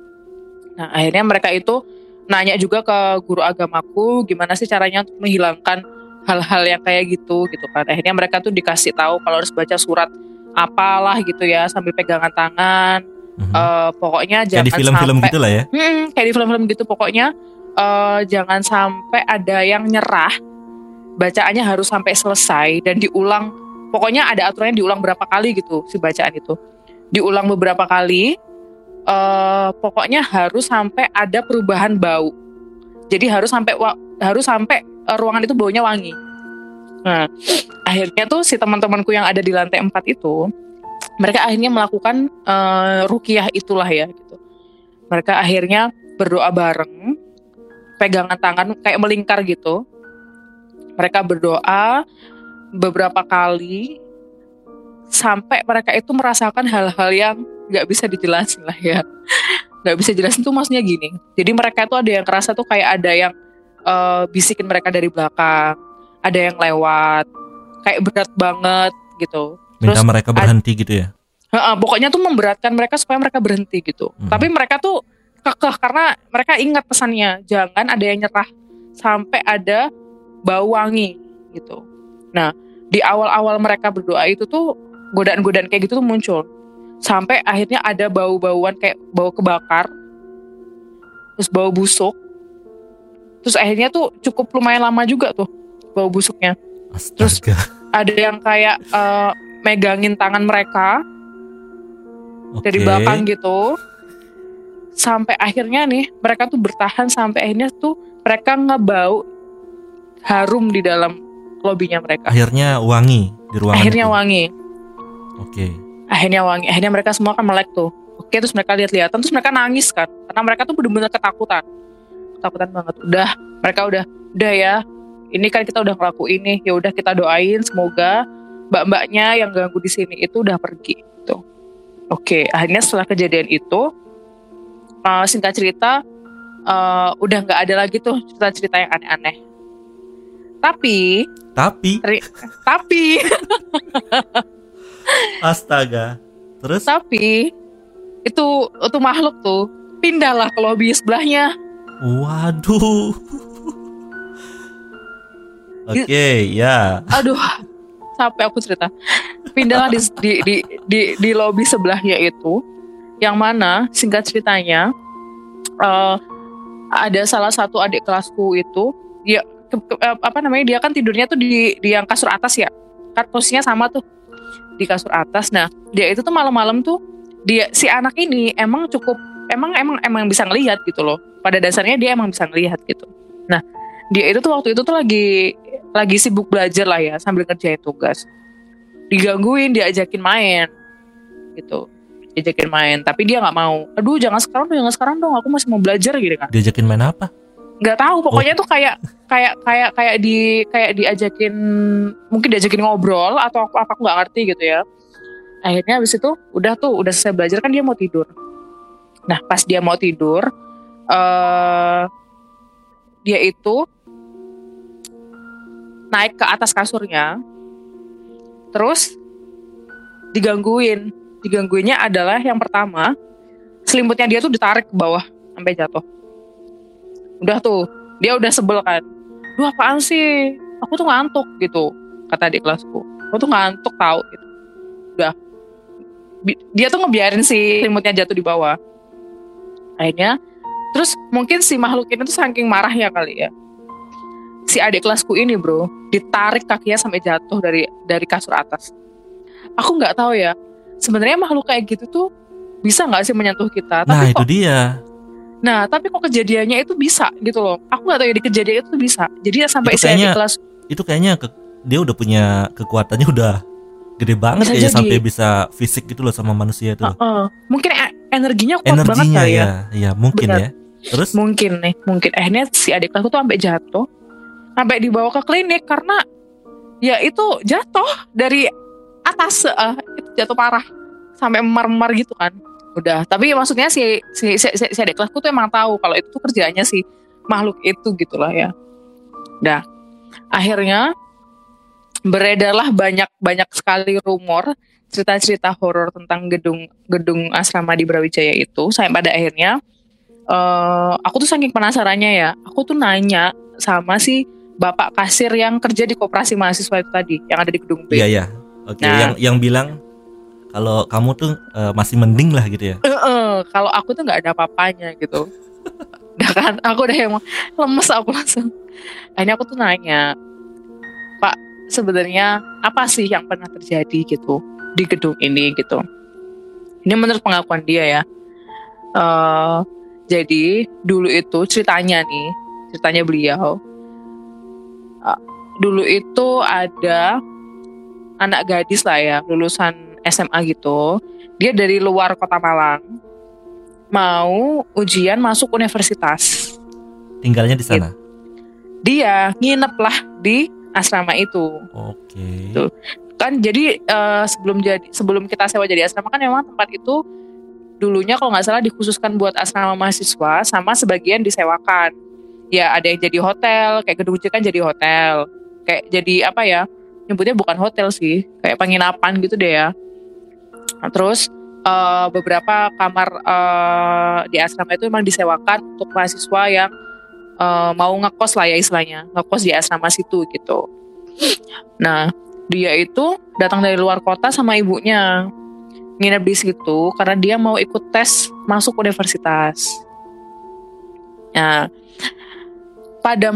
Nah, akhirnya mereka itu nanya juga ke guru agamaku gimana sih caranya untuk menghilangkan hal-hal yang kayak gitu kan. Akhirnya mereka tuh dikasih tahu kalau harus baca surat apalah gitu ya sambil pegangan tangan. Pokoknya Kayak jangan di film-film sampai gitu lah ya. kayak di film-film gitu pokoknya jangan sampai ada yang nyerah. Bacaannya harus sampai selesai dan diulang. Pokoknya ada aturannya diulang berapa kali gitu si bacaan itu. Diulang beberapa kali. Pokoknya harus sampai ada perubahan bau. Jadi harus sampai ruangan itu baunya wangi. Nah, akhirnya tuh si teman-temanku yang ada di lantai 4 itu, mereka akhirnya melakukan ruqyah itulah ya gitu. Mereka akhirnya berdoa bareng, pegangan tangan kayak melingkar gitu. Mereka berdoa beberapa kali sampai mereka itu merasakan hal-hal yang nggak bisa dijelasin lah ya. Nggak bisa jelasin tuh maksudnya gini. Jadi mereka tuh ada yang kerasa tuh kayak ada yang bisikin mereka dari belakang, ada yang lewat, kayak berat banget gitu. Minta mereka berhenti gitu ya. Pokoknya tuh memberatkan mereka supaya mereka berhenti gitu. Tapi mereka tuh kekeh karena mereka ingat pesannya, jangan ada yang nyerah sampai ada bau wangi gitu. Nah, di awal-awal mereka berdoa itu tuh godaan-godaan kayak gitu tuh muncul. Sampai akhirnya ada bau-bauan kayak bau kebakar, terus bau busuk. Terus akhirnya tuh cukup lumayan lama juga tuh bau busuknya. Astaga. Terus ada yang kayak megangin tangan mereka dari belakang gitu. Sampai akhirnya nih mereka tuh bertahan sampai akhirnya tuh mereka ngebau harum di dalam lobinya mereka. Akhirnya wangi di ruangan Akhirnya itu. wangi. Oke. Akhirnya wangi. Akhirnya mereka semua kan melek tuh. Oke, terus mereka lihat-lihatan, terus mereka nangis kan. Karena mereka tuh benar-benar ketakutan. Ketakutan banget. Mereka udah ya. Ini kan kita udah ngelakuin ini. Ya udah kita doain semoga mbak-mbaknya yang ganggu di sini itu udah pergi gitu. Oke, akhirnya setelah kejadian itu singkat cerita udah nggak ada lagi tuh cerita-cerita yang aneh-aneh. Tapi astaga. Terus? Tapi itu makhluk tuh pindahlah ke lobi sebelahnya. Waduh. Oke, ya. Aduh, sampai aku cerita. Pindahlah di lobi sebelahnya itu, yang mana singkat ceritanya ada salah satu adik kelasku itu, dia dia kan tidurnya tuh di yang kasur atas ya, kan posisinya sama tuh di kasur atas. Nah, dia itu tuh malam-malam tuh si anak ini emang bisa ngelihat gitu loh. Pada dasarnya dia emang bisa ngelihat gitu. Nah, dia itu tuh waktu itu tuh lagi sibuk belajar lah ya sambil ngerjain tugas. Digangguin, diajakin main gitu. Diajakin main, tapi dia nggak mau. Aduh, jangan sekarang dong, aku masih mau belajar gitu kan. Diajakin main apa? Nggak tahu, pokoknya tuh kayak diajakin, mungkin diajakin ngobrol atau aku nggak ngerti gitu ya. Akhirnya habis itu udah selesai belajar kan dia mau tidur. Nah pas dia mau tidur, dia itu naik ke atas kasurnya, terus digangguinnya adalah yang pertama, selimutnya dia tuh ditarik ke bawah sampai jatuh. Udah tuh, dia udah sebel kan. Duh apaan sih? Aku tuh ngantuk gitu, kata adik kelasku. Aku tuh ngantuk tahu gitu. Udah, dia tuh ngebiarin si selimutnya jatuh di bawah. Akhirnya, terus mungkin si makhluk ini tuh saking marahnya kali ya. Si adik kelasku ini bro, ditarik kakinya sampai jatuh dari kasur atas. Aku nggak tahu ya, sebenarnya makhluk kayak gitu tuh bisa nggak sih menyentuh kita? Nah Tapi itu dia. Nah, tapi kok kejadiannya itu bisa gitu loh. Aku nggak tahu ya di kejadian itu tuh bisa. Jadi ya sampai Itu si adik kayaknya- kelas Itu kayaknya dia udah punya kekuatannya udah gede banget Bisa kayaknya jadi. sampai bisa fisik gitu loh sama manusia tuh. mungkin energinya kuat banget Energinya kali ya. ya mungkin Benar. ya. Terus Mungkin akhirnya si adik kelasku tuh sampai jatuh, sampai dibawa ke klinik karena ya itu jatuh dari atas, itu jatuh parah sampai memar-memar gitu kan. Udah, tapi maksudnya si adik kelasku tuh emang tahu kalau itu tuh kerjaannya si makhluk itu gitulah ya. Udah, akhirnya beredarlah banyak sekali rumor, cerita-cerita horor tentang gedung asrama di Brawijaya itu, sampai pada akhirnya aku tuh saking penasarannya ya, aku tuh nanya sama si bapak kasir yang kerja di koperasi mahasiswa itu tadi, yang ada di gedung B. iya. Oke, Nah. yang bilang kalau kamu tuh masih mending lah gitu ya. Kalau aku tuh nggak ada apa-apanya gitu. Udah kan, aku udah yang lemes aku langsung. Akhirnya aku tuh nanya, Pak, sebenarnya apa sih yang pernah terjadi gitu di gedung ini gitu. Ini menurut pengakuan dia ya. Jadi dulu itu ceritanya beliau, dulu itu ada anak gadis lah ya, lulusan SMA gitu. Dia dari luar kota Malang, mau ujian masuk universitas. Tinggalnya di sana. Dia nginep lah di asrama itu. Oke. Tuh. Kan jadi sebelum kita sewa jadi asrama kan memang tempat itu dulunya kalau nggak salah dikhususkan buat asrama mahasiswa, sama sebagian disewakan. Ya ada yang jadi hotel, kayak gedung C kan jadi hotel, kayak jadi apa ya, nyebutnya bukan hotel sih, kayak penginapan gitu deh ya. Nah, terus beberapa kamar di asrama itu memang disewakan untuk mahasiswa yang mau ngekos lah ya istilahnya, ngekos di asrama situ gitu. Nah dia itu datang dari luar kota sama ibunya, nginep di situ karena dia mau ikut tes masuk universitas. Nah, pada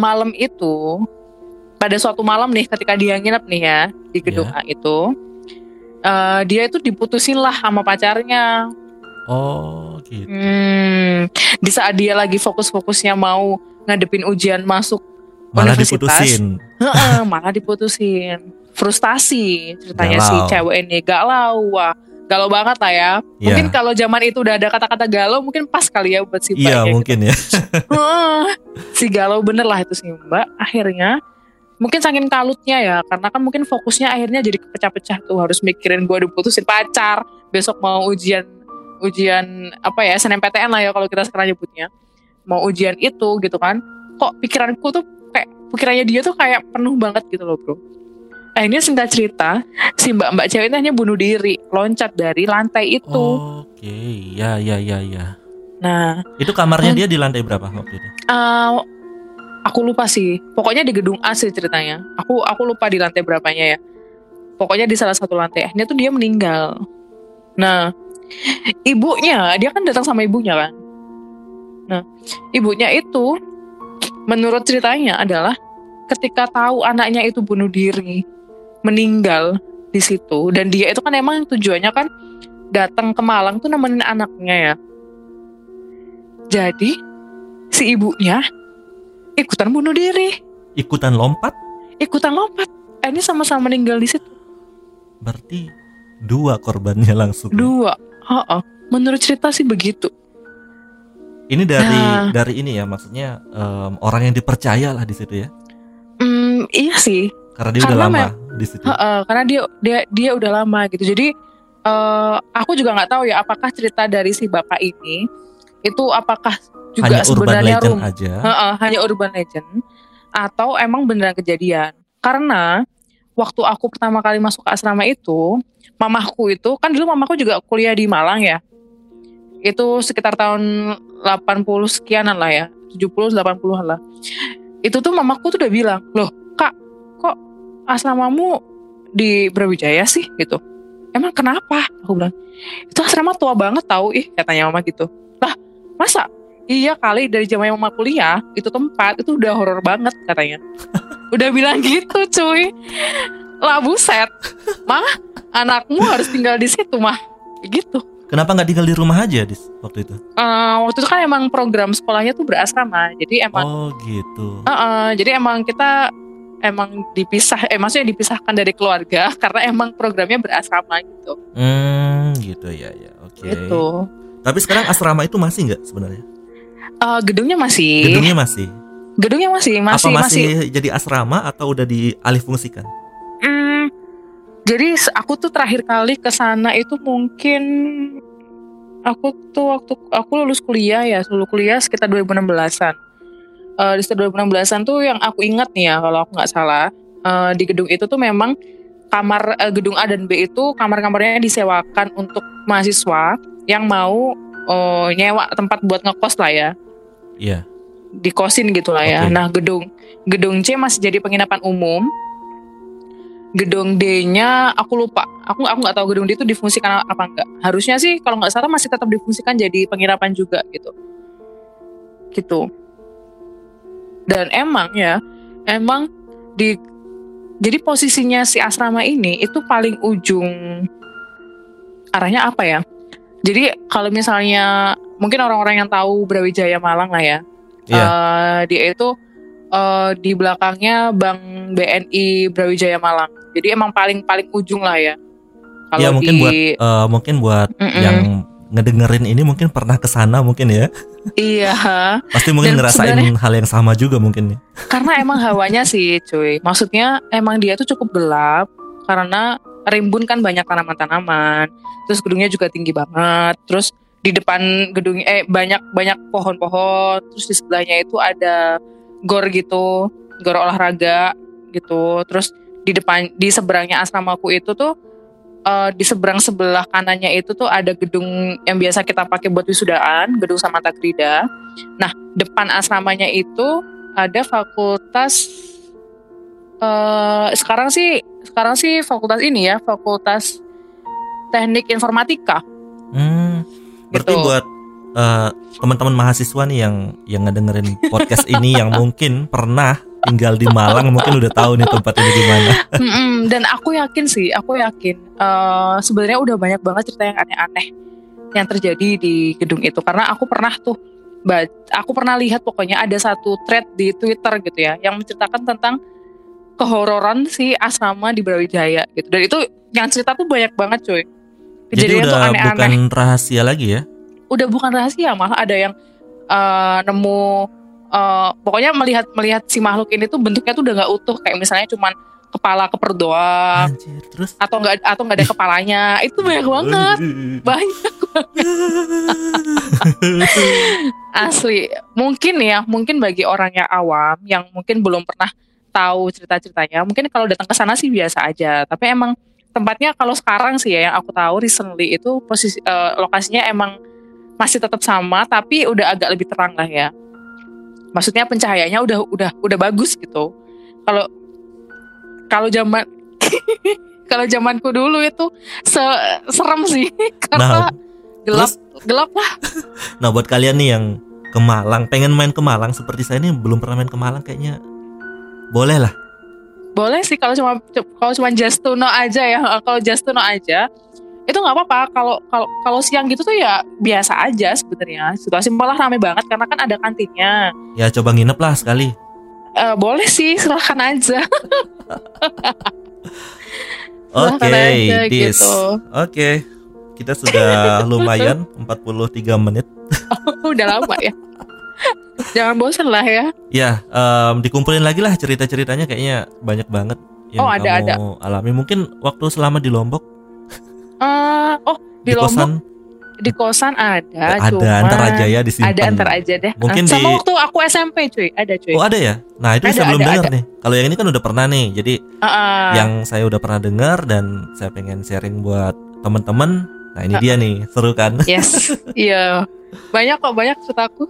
suatu malam nih ketika dia nginep nih ya di gedung A itu, dia itu diputusin lah sama pacarnya. Oh gitu. Di saat dia lagi fokus-fokusnya mau ngadepin ujian masuk Malah universitas, diputusin. malah diputusin. Frustasi ceritanya si Galau. cewek ini, galau, wah galau banget lah ya. Mungkin Iya. kalau zaman itu udah ada kata-kata galau, mungkin pas kali ya buat si Mbak. Iya kayak mungkin ya. si galau bener lah itu si Mbak. Akhirnya mungkin saking kalutnya ya, karena kan mungkin fokusnya akhirnya jadi kepecah-pecah tuh, harus mikirin gue diputusin pacar, besok mau ujian apa ya, SNMPTN lah ya kalau kita sekarang nyebutnya, mau ujian itu gitu kan. Kok pikirannya dia tuh kayak penuh banget gitu loh bro. Akhirnya singkat cerita, si mbak cewek itu hanya bunuh diri, loncat dari lantai itu. Oke, ya. Nah, Itu kamarnya dia di lantai berapa waktu itu? aku lupa sih. Pokoknya di gedung A sih ceritanya. Aku lupa di lantai berapanya ya. Pokoknya di salah satu lantai. Akhirnya tuh dia meninggal. Nah, ibunya, dia kan datang sama ibunya kan. Nah, ibunya itu menurut ceritanya adalah ketika tahu anaknya itu bunuh diri, meninggal di situ, dan dia itu kan emang tujuannya kan datang ke Malang tuh nemenin anaknya ya. Jadi si ibunya ikutan bunuh diri, Ikutan lompat? Ini sama-sama meninggal di situ. Berarti 2 korbannya langsung. 2. Menurut cerita sih begitu. Ini dari ini ya, maksudnya orang yang dipercaya lah di situ ya. Iya sih. Karena dia udah lama di situ. Karena dia udah lama gitu. Jadi aku juga nggak tahu ya apakah cerita dari si bapak ini itu apakah juga Hanya urban sebenarnya legend aja. hanya urban legend atau emang beneran kejadian. Karena waktu aku pertama kali masuk ke asrama itu, mamaku itu kan dulu mamaku juga kuliah di Malang ya. Itu sekitar tahun 80 sekianan lah ya, 70 80-an lah. Itu tuh mamaku tuh udah bilang, "Loh, Kak, kok asramamu di Brawijaya sih?" gitu. "Emang kenapa?" Aku bilang, "Itu asrama tua banget tahu," katanya mama gitu. "Lah, masa?" "Iya kali, dari zaman mama kuliah, itu tempat itu udah horor banget," katanya. Udah bilang gitu, cuy. Lah buset. "Mah, anakmu harus tinggal di situ, mah." Gitu. Kenapa nggak tinggal di rumah aja waktu itu? Waktu itu kan emang program sekolahnya tuh berasrama. Jadi emang Oh gitu. jadi emang kita emang maksudnya dipisahkan dari keluarga karena emang programnya berasrama gitu. Gitu ya, oke. Gitu. Tapi sekarang asrama itu masih nggak sebenarnya? Gedungnya masih. Gedungnya masih. Apa masih jadi asrama atau udah dialihfungsikan? Jadi aku tuh terakhir kali ke sana itu mungkin aku tuh waktu aku lulus kuliah sekitar 2016-an. Di sekitar 2016-an tuh yang aku ingat nih ya kalau aku nggak salah, di gedung itu tuh memang kamar gedung A dan B itu kamar-kamarnya disewakan untuk mahasiswa yang mau nyewa tempat buat ngekos lah ya. Iya. Dikosin gitu lah ya. Okay. Nah, gedung C masih jadi penginapan umum. Gedung D-nya aku lupa. Aku nggak tahu gedung D itu difungsikan apa enggak. Harusnya sih kalau nggak salah masih tetap difungsikan jadi penginapan juga gitu. Gitu. Dan emang jadi posisinya si asrama ini itu paling ujung arahnya apa ya? Jadi kalau misalnya mungkin orang-orang yang tahu Brawijaya Malang lah ya. Yeah. Dia itu di belakangnya Bank BNI Brawijaya Malang. Jadi emang paling ujung lah ya. Ya mungkin buat yang ngedengerin ini mungkin pernah kesana mungkin ya. Iya. Pasti mungkin ngerasain hal yang sama juga mungkin nih. Karena emang hawanya sih cuy. Maksudnya emang dia tuh cukup gelap karena rimbun kan banyak tanaman-tanaman. Terus gedungnya juga tinggi banget. Terus di depan gedungnya banyak pohon-pohon. Terus di sebelahnya itu ada gor gitu, gor olahraga gitu. Terus di seberangnya asramaku itu tuh di sebelah kanannya itu tuh ada gedung yang biasa kita pakai buat wisudaan, gedung Samanta Grida. Nah, depan asramanya itu ada fakultas sekarang sih fakultas ini ya, Fakultas Teknik Informatika. Berarti gitu. Buat teman-teman mahasiswa nih yang ngedengerin podcast ini yang mungkin pernah tinggal di Malang mungkin udah tahu nih tempat ini gimana. Dan aku yakin sebenarnya udah banyak banget cerita yang aneh-aneh yang terjadi di gedung itu karena aku pernah lihat pokoknya ada satu thread di Twitter gitu ya yang menceritakan tentang kehororan si asrama di Brawijaya gitu. Dan itu yang cerita tuh banyak banget cuy. Kejadian tuh aneh-aneh. Bukan rahasia lagi ya? Udah bukan rahasia, malah ada yang nemu pokoknya melihat si makhluk ini tuh bentuknya tuh udah nggak utuh, kayak misalnya cuman kepala keper doang. Anjir, terus atau nggak ada kepalanya. Itu banyak banget. Asli. Mungkin bagi orang yang awam yang mungkin belum pernah tahu cerita-ceritanya, mungkin kalau datang ke sana sih biasa aja. Tapi emang tempatnya kalau sekarang sih ya yang aku tahu recently itu lokasinya emang masih tetap sama tapi udah agak lebih terang lah ya. Maksudnya pencahayaannya udah bagus gitu. Kalau zamanku dulu itu serem sih karena gelap lah. Nah, buat kalian nih yang ke Malang, pengen main ke Malang seperti saya ini belum pernah main ke Malang kayaknya boleh lah. Boleh sih kalau cuma just to know aja ya. Kalau just to know aja itu nggak apa-apa. Kalau siang gitu tuh ya biasa aja sebenarnya. Situasi malah ramai banget karena kan ada kantinnya. Ya coba nginep lah sekali. Boleh sih, silahkan aja. Oke, kita sudah lumayan 43 menit. Udah lama ya. Jangan bosan lah ya. Ya, dikumpulin lagi lah cerita-ceritanya, kayaknya banyak banget yang kamu alami. Mungkin waktu selama di Lombok. Di Lombok. di kosan ada, Ada, cuman ntar aja ya disimpan. Ada ntar aja deh. Mungkin sama waktu aku SMP cuy, ada cuy. Oh ada ya? Nah itu saya belum dengar nih. Kalau yang ini kan udah pernah nih. Jadi yang saya udah pernah dengar dan saya pengen sharing buat teman-teman. Nah ini dia nih, seru kan? Yes, iya. Banyak ceritaku.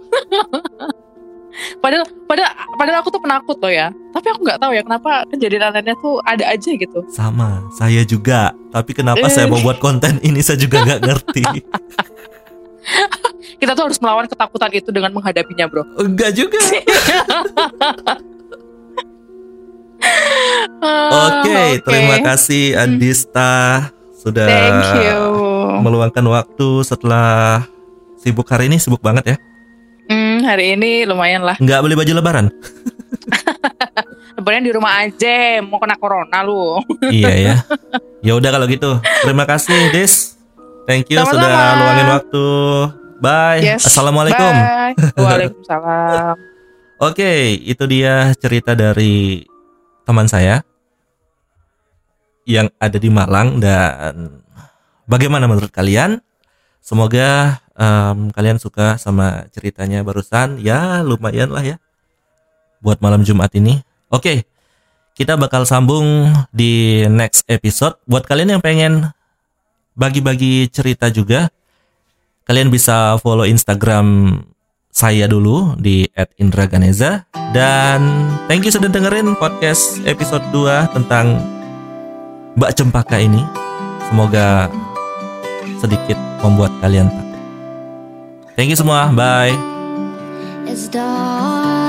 Padahal aku tuh penakut loh ya. Tapi aku nggak tahu ya kenapa kejadian lainnya tuh ada aja gitu. Sama, saya juga. Tapi kenapa saya mau buat konten ini saya juga nggak ngerti. Kita tuh harus melawan ketakutan itu dengan menghadapinya, bro. Enggak juga. Oke, terima kasih Adista sudah meluangkan waktu setelah sibuk hari ini, sibuk banget ya. Hari ini lumayan lah. Nggak beli baju lebaran? Lebaran di rumah aja, mau kena corona lu. Iya ya. Ya udah kalau gitu. Terima kasih Dis. Thank you sama-sama. Sudah luangin waktu. Bye. Yes. Assalamualaikum. Bye. Waalaikumsalam. Oke, itu dia cerita dari teman saya yang ada di Malang. Dan bagaimana menurut kalian? Semoga kalian suka sama ceritanya barusan. Ya lumayan lah ya buat malam Jumat ini. Oke, kita bakal sambung di next episode. Buat kalian yang pengen bagi-bagi cerita juga, kalian bisa follow Instagram saya dulu di @indraganeza. Dan thank you sudah dengerin podcast episode 2 tentang Mbak Cempaka ini. Semoga sedikit membuat kalian takut. Thank you semua, bye. It's dark.